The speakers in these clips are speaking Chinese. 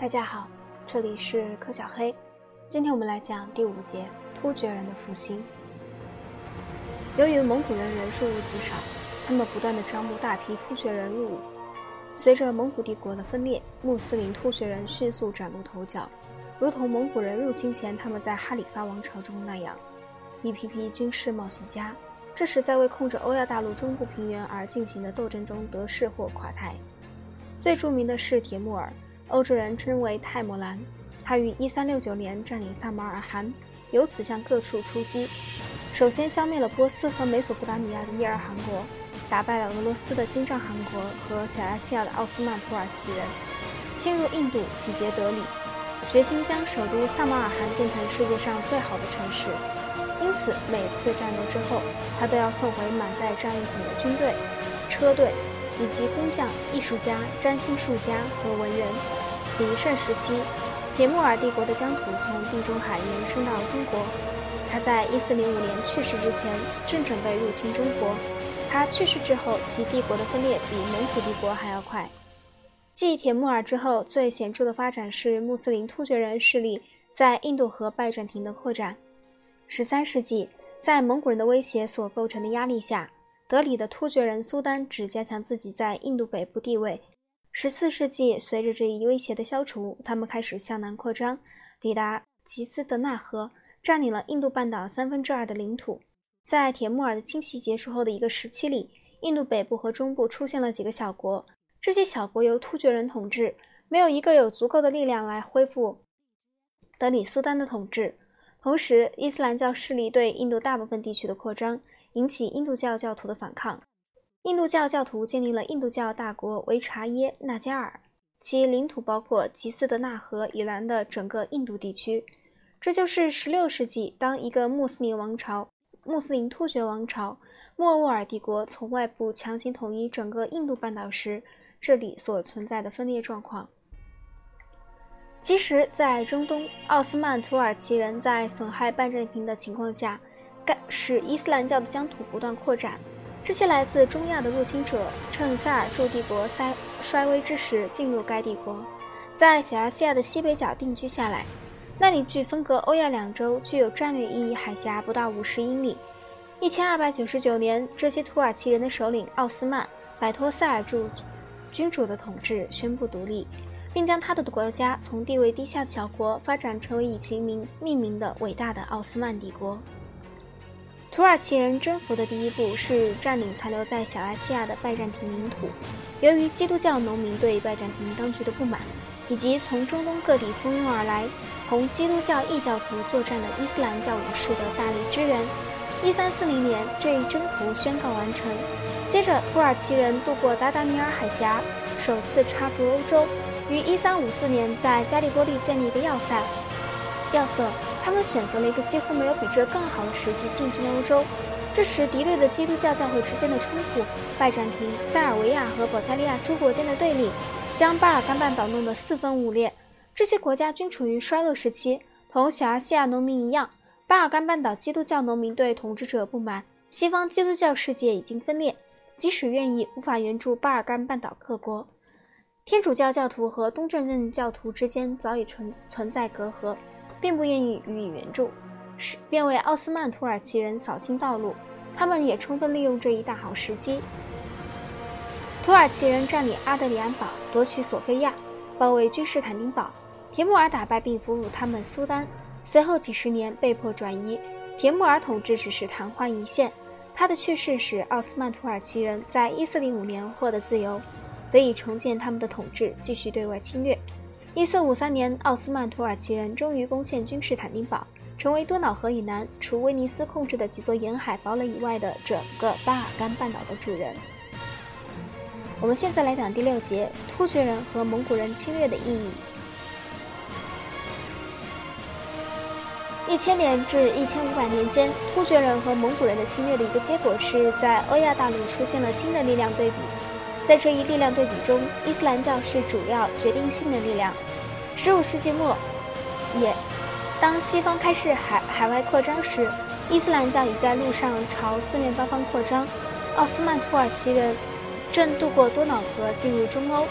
大家好，这里是柯小黑。今天我们来讲第5节突厥人的复兴。由于蒙古人人数极少，他们不断地招募大批突厥人入伍。随着蒙古帝国的分裂，穆斯林突厥人迅速崭露头角，如同蒙古人入侵前他们在哈里发王朝中那样，一批批军事冒险家，这时在为控制欧亚大陆中部平原而进行的斗争中得势或垮台。最著名的是铁木儿，欧洲人称为泰莫兰，他于1369年占领萨马尔罕，由此向各处出击。首先消灭了波斯和美索不达米亚的叶尔汗国，打败了俄罗斯的金帐汗国和小亚细亚的奥斯曼土耳其人，侵入印度，洗劫德里，决心将首都萨马尔罕建成世界上最好的城市。因此每次战斗之后，他都要送回满载战利品的军队、车队以及工匠、艺术家、占星术家和文人。鼎盛时期，铁木儿帝国的疆土从地中海延伸到中国。他在1405年去世之前，正准备入侵中国。他去世之后，其帝国的分裂比蒙古帝国还要快。继铁木儿之后，最显著的发展是穆斯林突厥人势力在印度和拜占庭的扩展。13世纪，在蒙古人的威胁所构成的压力下，德里的突厥人苏丹只加强自己在印度北部地位。14世纪，随着这一威胁的消除，他们开始向南扩张，抵达吉斯德纳河，占领了印度半岛2/3的领土。在铁木儿的侵袭结束后的一个时期里，印度北部和中部出现了几个小国，这些小国由突厥人统治，没有一个有足够的力量来恢复德里苏丹的统治。同时，伊斯兰教势力对印度大部分地区的扩张，引起印度教教徒的反抗。印度教教徒建立了印度教大国维察耶纳加尔，其领土包括吉斯德纳河以南的整个印度地区。这就是16世纪，当一个穆斯林突厥王朝莫卧儿帝国从外部强行统一整个印度半岛时，这里所存在的分裂状况。其实在中东，奥斯曼土耳其人在损害拜占庭的情况下，使伊斯兰教的疆土不断扩展。这些来自中亚的入侵者趁塞尔柱帝国衰微之时进入该帝国，在小亚细亚的西北角定居下来。那里距分隔欧亚两洲具有战略意义海峡不到50英里。1299年，这些土耳其人的首领奥斯曼摆脱塞尔柱君主的统治，宣布独立，并将他的国家从地位低下的小国发展成为以其命名的伟大的奥斯曼帝国。土耳其人征服的第一步是占领残留在小亚细亚的拜占庭领土。由于基督教农民对拜占庭当局的不满，以及从中东各地蜂拥而来同基督教异教徒作战的伊斯兰教武士的大力支援，1340年这一征服宣告完成。接着土耳其人渡过达达尼尔海峡，首次插足欧洲，于1354年在加利波利建立一个要塞。他们选择了一个几乎没有比这更好的时机进军欧洲。这时敌对的基督教教会之间的冲突，拜占庭、塞尔维亚和保加利亚诸国间的对立，将巴尔干半岛弄得4分5裂。这些国家均处于衰落时期，同小亚细亚农民一样，巴尔干半岛基督教农民对统治者不满，西方基督教世界已经分裂，即使愿意无法援助巴尔干半岛各国。天主教教徒和东正教教徒之间早已存在隔阂，并不愿意予以援助，便为奥斯曼土耳其人扫清道路。他们也充分利用这一大好时机。土耳其人占领阿德里安堡，夺取索菲亚，包围君士坦丁堡。铁木儿打败并俘虏他们苏丹，随后几十年被迫转移。铁木儿统治只是昙花一现，他的去世使奥斯曼土耳其人在1405年获得自由，得以重建他们的统治，继续对外侵略。1453年，奥斯曼土耳其人终于攻陷君士坦丁堡，成为多瑙河以南除威尼斯控制的几座沿海堡垒以外的整个巴尔干半岛的主人。我们现在来讲第6节突厥人和蒙古人侵略的意义。1000年至1500年间，突厥人和蒙古人的侵略的一个结果是在欧亚大陆出现了新的力量对比。在这一力量对比中，伊斯兰教是主要决定性的力量。15世纪末，当西方开始海外扩张时，伊斯兰教已在路上朝四面八方扩张。奥斯曼土耳其人正渡过多瑙河进入中欧，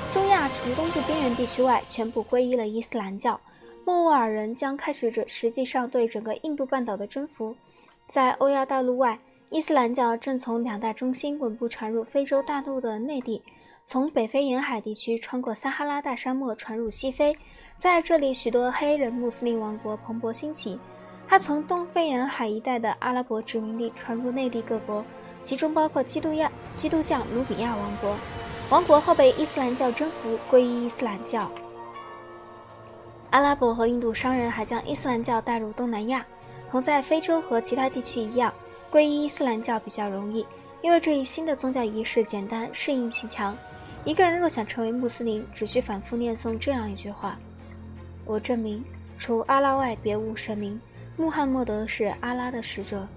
中亚除东部边缘地区外，全部皈依了伊斯兰教。莫卧尔人将开始实际上对整个印度半岛的征服。在欧亚大陆外，伊斯兰教正从两大中心稳步传入非洲大陆的内地，从北非沿海地区穿过撒哈拉大沙漠传入西非，在这里许多黑人穆斯林王国蓬勃兴起。它从东非沿海一带的阿拉伯殖民地传入内地各国，其中包括基督教努比亚王国。王国后被伊斯兰教征服，皈依伊斯兰教。阿拉伯和印度商人还将伊斯兰教带入东南亚，同在非洲和其他地区一样，皈依伊斯兰教比较容易，因为这一新的宗教仪式简单，适应性强。一个人若想成为穆斯林，只需反复念诵这样一句话：我证明除阿拉外别无神明，穆罕默德是阿拉的使者。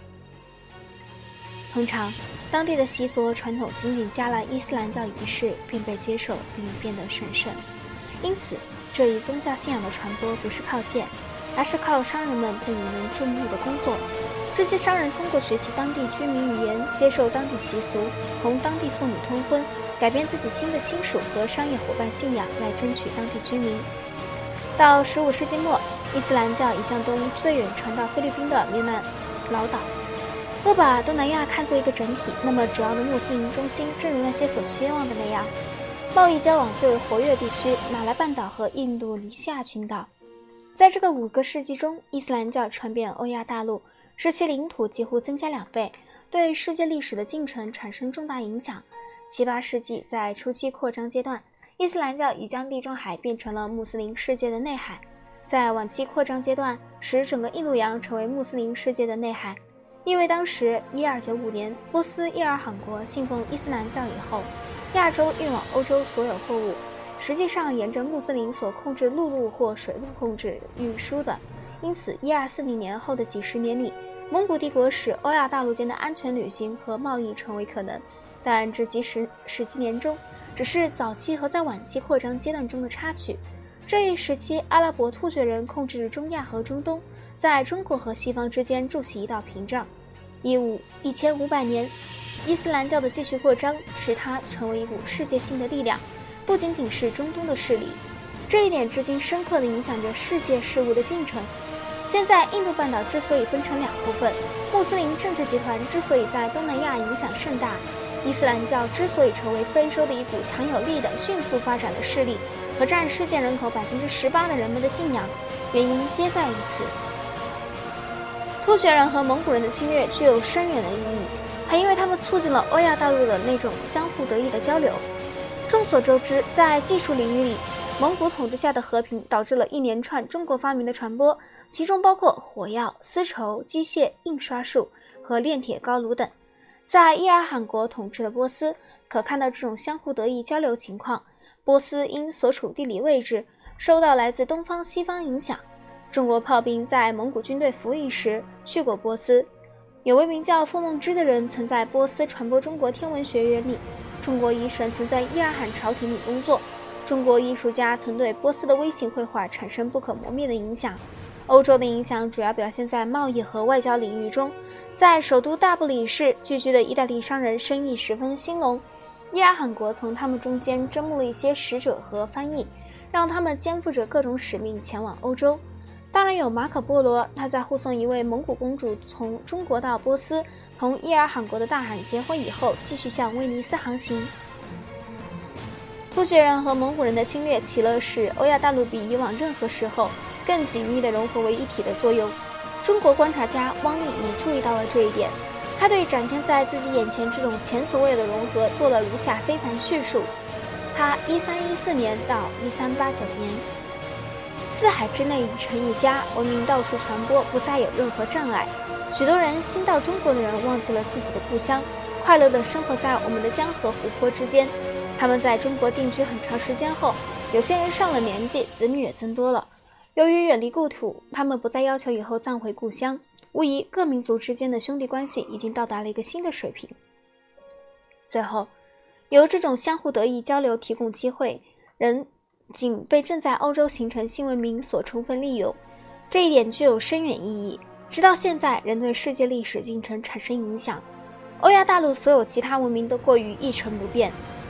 通常当地的习俗和传统仅仅加了伊斯兰教仪式便被接受并变得神圣，因此这一宗教信仰的传播不是靠剑，而是靠商人们不引人注目的工作。这些商人通过学习当地居民语言，接受当地习俗，同当地妇女通婚，改变自己新的亲属和商业伙伴信仰来争取当地居民。到15世纪末，伊斯兰教已向东最远传到菲律宾的棉兰老岛。若把东南亚看作一个整体，那么主要的穆斯林中心正如那些所期望的那样，贸易交往最为活跃地区马来半岛和印度尼西亚群岛。在这个5个世纪中，伊斯兰教传遍欧亚大陆，使其领土几乎增加2倍，对世界历史的进程产生重大影响。7、8世纪在初期扩张阶段，伊斯兰教已将地中海变成了穆斯林世界的内海，在晚期扩张阶段使整个印度洋成为穆斯林世界的内海。因为当时1295年波斯伊尔罕国信奉伊斯兰教以后，亚洲运往欧洲所有货物实际上沿着穆斯林所控制陆路或水路控制运输的，因此1240年后的几十年里，蒙古帝国使欧亚大陆间的安全旅行和贸易成为可能，但这几十纪年中只是早期和在晚期扩张阶段中的插曲。这一时期，阿拉伯突厥人控制中亚和中东，在中国和西方之间筑起一道屏障。1500年，伊斯兰教的继续扩张使它成为一股世界性的力量，不仅仅是中东的势力。这一点至今深刻地影响着世界事务的进程。现在印度半岛之所以分成2部分，穆斯林政治集团之所以在东南亚影响甚大，伊斯兰教之所以成为非洲的一股强有力的迅速发展的势力，和占世界人口18%的人们的信仰，原因皆在于此。突厥人和蒙古人的侵略具有深远的意义，还因为他们促进了欧亚大陆的那种相互得益的交流。众所周知，在技术领域里，蒙古统治下的和平导致了一连串中国发明的传播，其中包括火药、丝绸、机械、印刷术和炼铁高炉等。在伊尔罕国统治的波斯，可看到这种相互得益交流情况。波斯因所处地理位置，受到来自东方西方影响。中国炮兵在蒙古军队服役时去过波斯，有位名叫傅梦之的人曾在波斯传播中国天文学原理，中国医生曾在伊尔罕朝廷里工作，中国艺术家曾对波斯的微型绘画产生不可磨灭的影响。欧洲的影响主要表现在贸易和外交领域中，在首都大不里士聚居的意大利商人生意十分兴隆，伊尔罕国从他们中间征募了一些使者和翻译，让他们肩负着各种使命前往欧洲。当然有马可波罗，他在护送一位蒙古公主从中国到波斯，同伊尔罕国的大汗结婚以后，继续向威尼斯航行。突厥人和蒙古人的侵略起了使欧亚大陆比以往任何时候更紧密地融合为一体的作用。中国观察家汪立已注意到了这一点，他对展现在自己眼前这种前所未有的融合做了如下非凡叙述。他1314年到1389年，四海之内已成一家，文明到处传播，不再有任何障碍。许多人新到中国的人忘记了自己的故乡，快乐地生活在我们的江河湖泊之间。他们在中国定居很长时间后，有些人上了年纪，子女也增多了。由于远离故土，他们不再要求以后葬回故乡。无疑，各民族之间的兄弟关系已经到达了一个新的水平。最后，由这种相互得益交流提供机会，人仅被正在欧洲形成新文明所充分利用，这一点具有深远意义。直到现在，仍对世界历史进程产生影响。欧亚大陆所有其他文明都过于一成不变，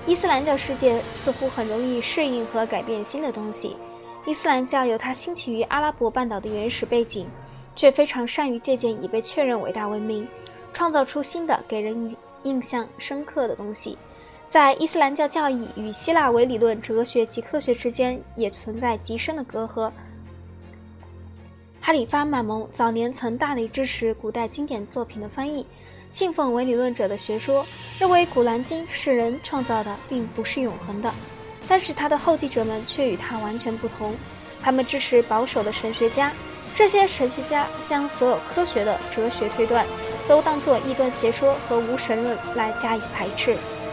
伊斯兰教世界似乎很容易适应和改变新的东西。伊斯兰教有它兴起于阿拉伯半岛的原始背景，却非常善于借鉴已被确认伟大文明，创造出新的给人印象深刻的东西。在伊斯兰教教义与希腊唯理论哲学及科学之间也存在极深的隔阂。哈里发满蒙早年曾大力支持古代经典作品的翻译，信奉唯理论者的学说，认为古兰经是人创造的，并不是永恒的。但是他的后继者们却与他完全不同，他们支持保守的神学家，这些神学家将所有科学的哲学推断都当作异端邪说和无神论来加以排斥。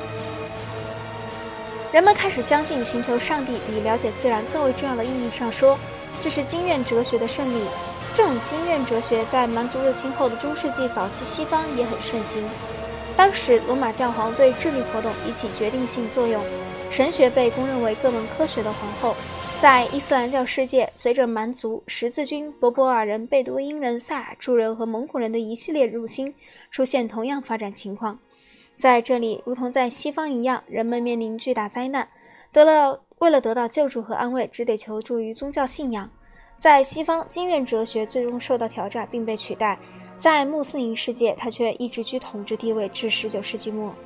人们开始相信寻求上帝比了解自然更为重要的意义上说，这是经验哲学的胜利。这种经验哲学在蛮族入侵后的中世纪早期西方也很盛行。当时罗马教皇对智力活动以起决定性作用，神学被公认为各门科学的皇后。在伊斯兰教世界，随着蛮族、十字军、柏柏尔人、贝都因人、萨尔柱人和蒙古人的一系列入侵，出现同样发展情况。在这里，如同在西方一样，人们面临巨大灾难，为了得到救助和安慰，只得求助于宗教信仰。在西方，经验哲学最终受到挑战并被取代，在穆斯林世界，它却一直居统治地位至19世纪末。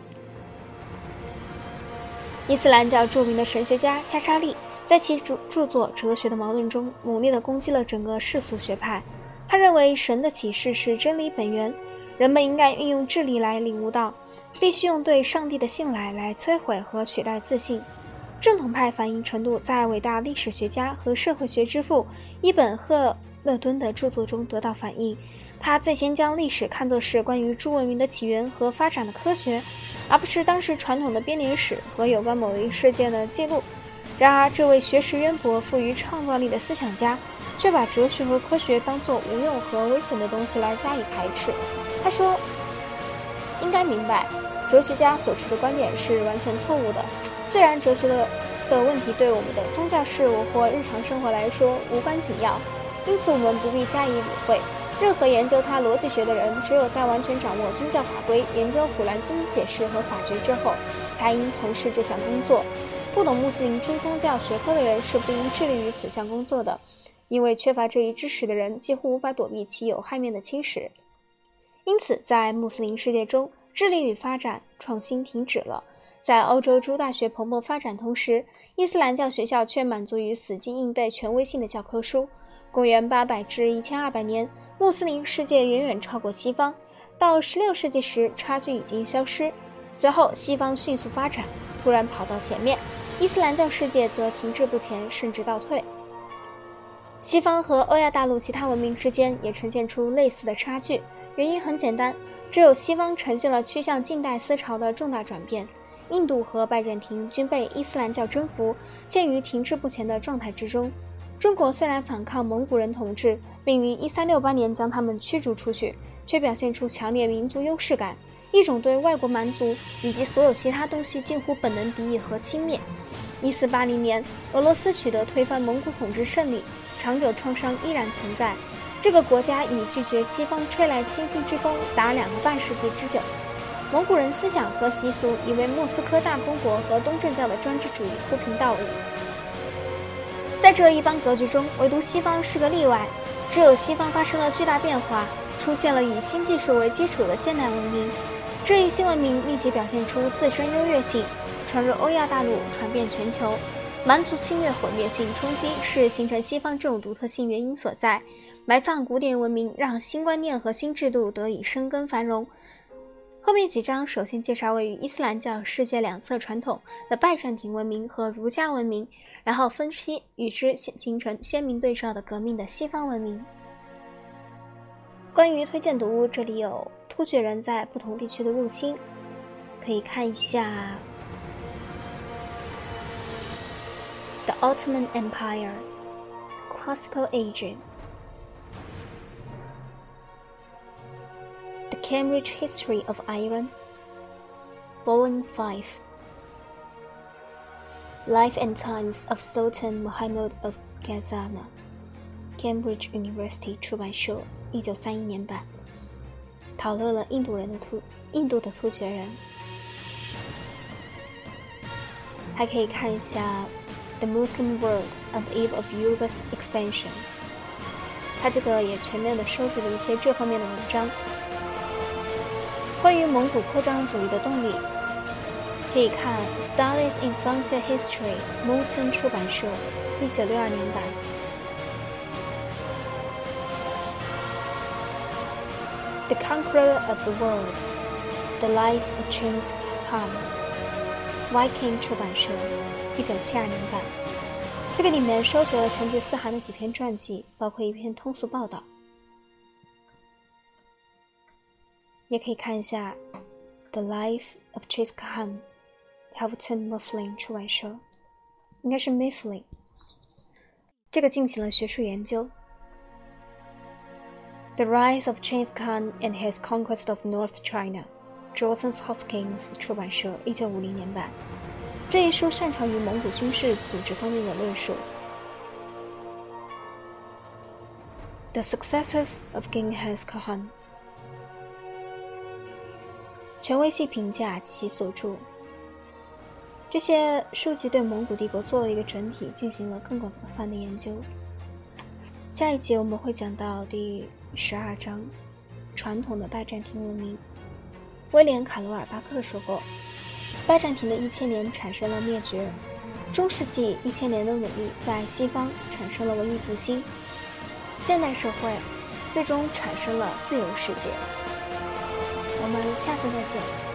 伊斯兰教著名的神学家加沙利在其著作《哲学的矛盾》中猛烈地攻击了整个世俗学派。他认为神的启示是真理本源，人们应该运用智力来领悟到，必须用对上帝的信赖来摧毁和取代自信。正统派反应程度在伟大历史学家和社会学之父伊本·赫勒敦的著作中得到反映。他最先将历史看作是关于诸文明的起源和发展的科学，而不是当时传统的编年史和有关某一事件的记录。然而，这位学识渊博、富于创造力的思想家却把哲学和科学当作无用和危险的东西来加以排斥。他说，应该明白，哲学家所持的观点是完全错误的。自然哲学的问题对我们的宗教事务或日常生活来说无关紧要，因此我们不必加以理会。任何研究它逻辑学的人，只有在完全掌握宗教法规、研究古兰经解释和法学之后，才应从事这项工作。不懂穆斯林诸宗教学科的人是不应致力于此项工作的，因为缺乏这一知识的人几乎无法躲避其有害面的侵蚀。因此，在穆斯林世界中，致力于发展创新停止了。在欧洲诸大学蓬勃发展同时，伊斯兰教学校却满足于死记硬背权威性的教科书。公元800至1200年，穆斯林世界远远超过西方，到16世纪时，差距已经消失。此后，西方迅速发展，突然跑到前面，伊斯兰教世界则停滞不前，甚至倒退。西方和欧亚大陆其他文明之间也呈现出类似的差距，原因很简单，只有西方呈现了趋向近代思潮的重大转变。印度和拜占庭均被伊斯兰教征服，陷于停滞不前的状态之中。中国虽然反抗蒙古人统治，并于1368年将他们驱逐出去，却表现出强烈民族优势感，一种对外国蛮族以及所有其他东西近乎本能敌意和轻蔑。1480年，俄罗斯取得推翻蒙古统治胜利，长久创伤依然存在。这个国家已拒绝西方吹来清新之风达2个半世纪之久。蒙古人思想和习俗已为莫斯科大公国和东正教的专制主义铺平道路。在这一般格局中，唯独西方是个例外。只有西方发生了巨大变化，出现了以新技术为基础的现代文明。这一新文明立即表现出自身优越性，传入欧亚大陆，传遍全球。蛮族侵略毁灭性冲击是形成西方这种独特性原因所在。埋葬古典文明，让新观念和新制度得以生根繁荣。后面几章首先介绍位于伊斯兰教世界两侧传统的拜占庭文明和儒家文明，然后分析与之形成鲜明对照的革命的西方文明。关于推荐读物，这里有突厥人在不同地区的入侵，可以看一下 The Ottoman Empire Classical Age，The Cambridge History of Iran, Volume 5, Life and Times of Sultan Muhammad of Ghazana, Cambridge University 出版社1931年版，讨论了印度的突厥人。 还可以看一下 The Muslim World on the Eve of Europe's Expansion， 它这个也全面地收集了一些这方面的文章。关于蒙古扩张主义的动力，可以看 Studies in Frontier History， Moulton 出版社1962年版。The Conqueror of the World， The Life of Chinggis Khan， Viking 出版社1972年版。这个里面收集了成吉思汗的几篇传记，包括一篇通俗报道。也可以看一下 The Life of Chinggis Khan， Helveton Mifflin 出版社，应该是 Mifflin， 这个进行了学术研究。The Rise of Chinggis Khan and His Conquest of North China， Johns Hopkins 出版社1950年版。这一书擅长于蒙古军事组织方面的论述。The Successors of Genghis Khan， 权威性评价及其所著。这些书籍对蒙古帝国做了一个整体，进行了更广泛的研究。下一集我们会讲到第12章，传统的拜占庭文明。威廉·卡罗尔·巴克说过，拜占庭的1000年产生了灭绝，中世纪1000年的努力在西方产生了文艺复兴，现代社会最终产生了自由世界。我们下次再见。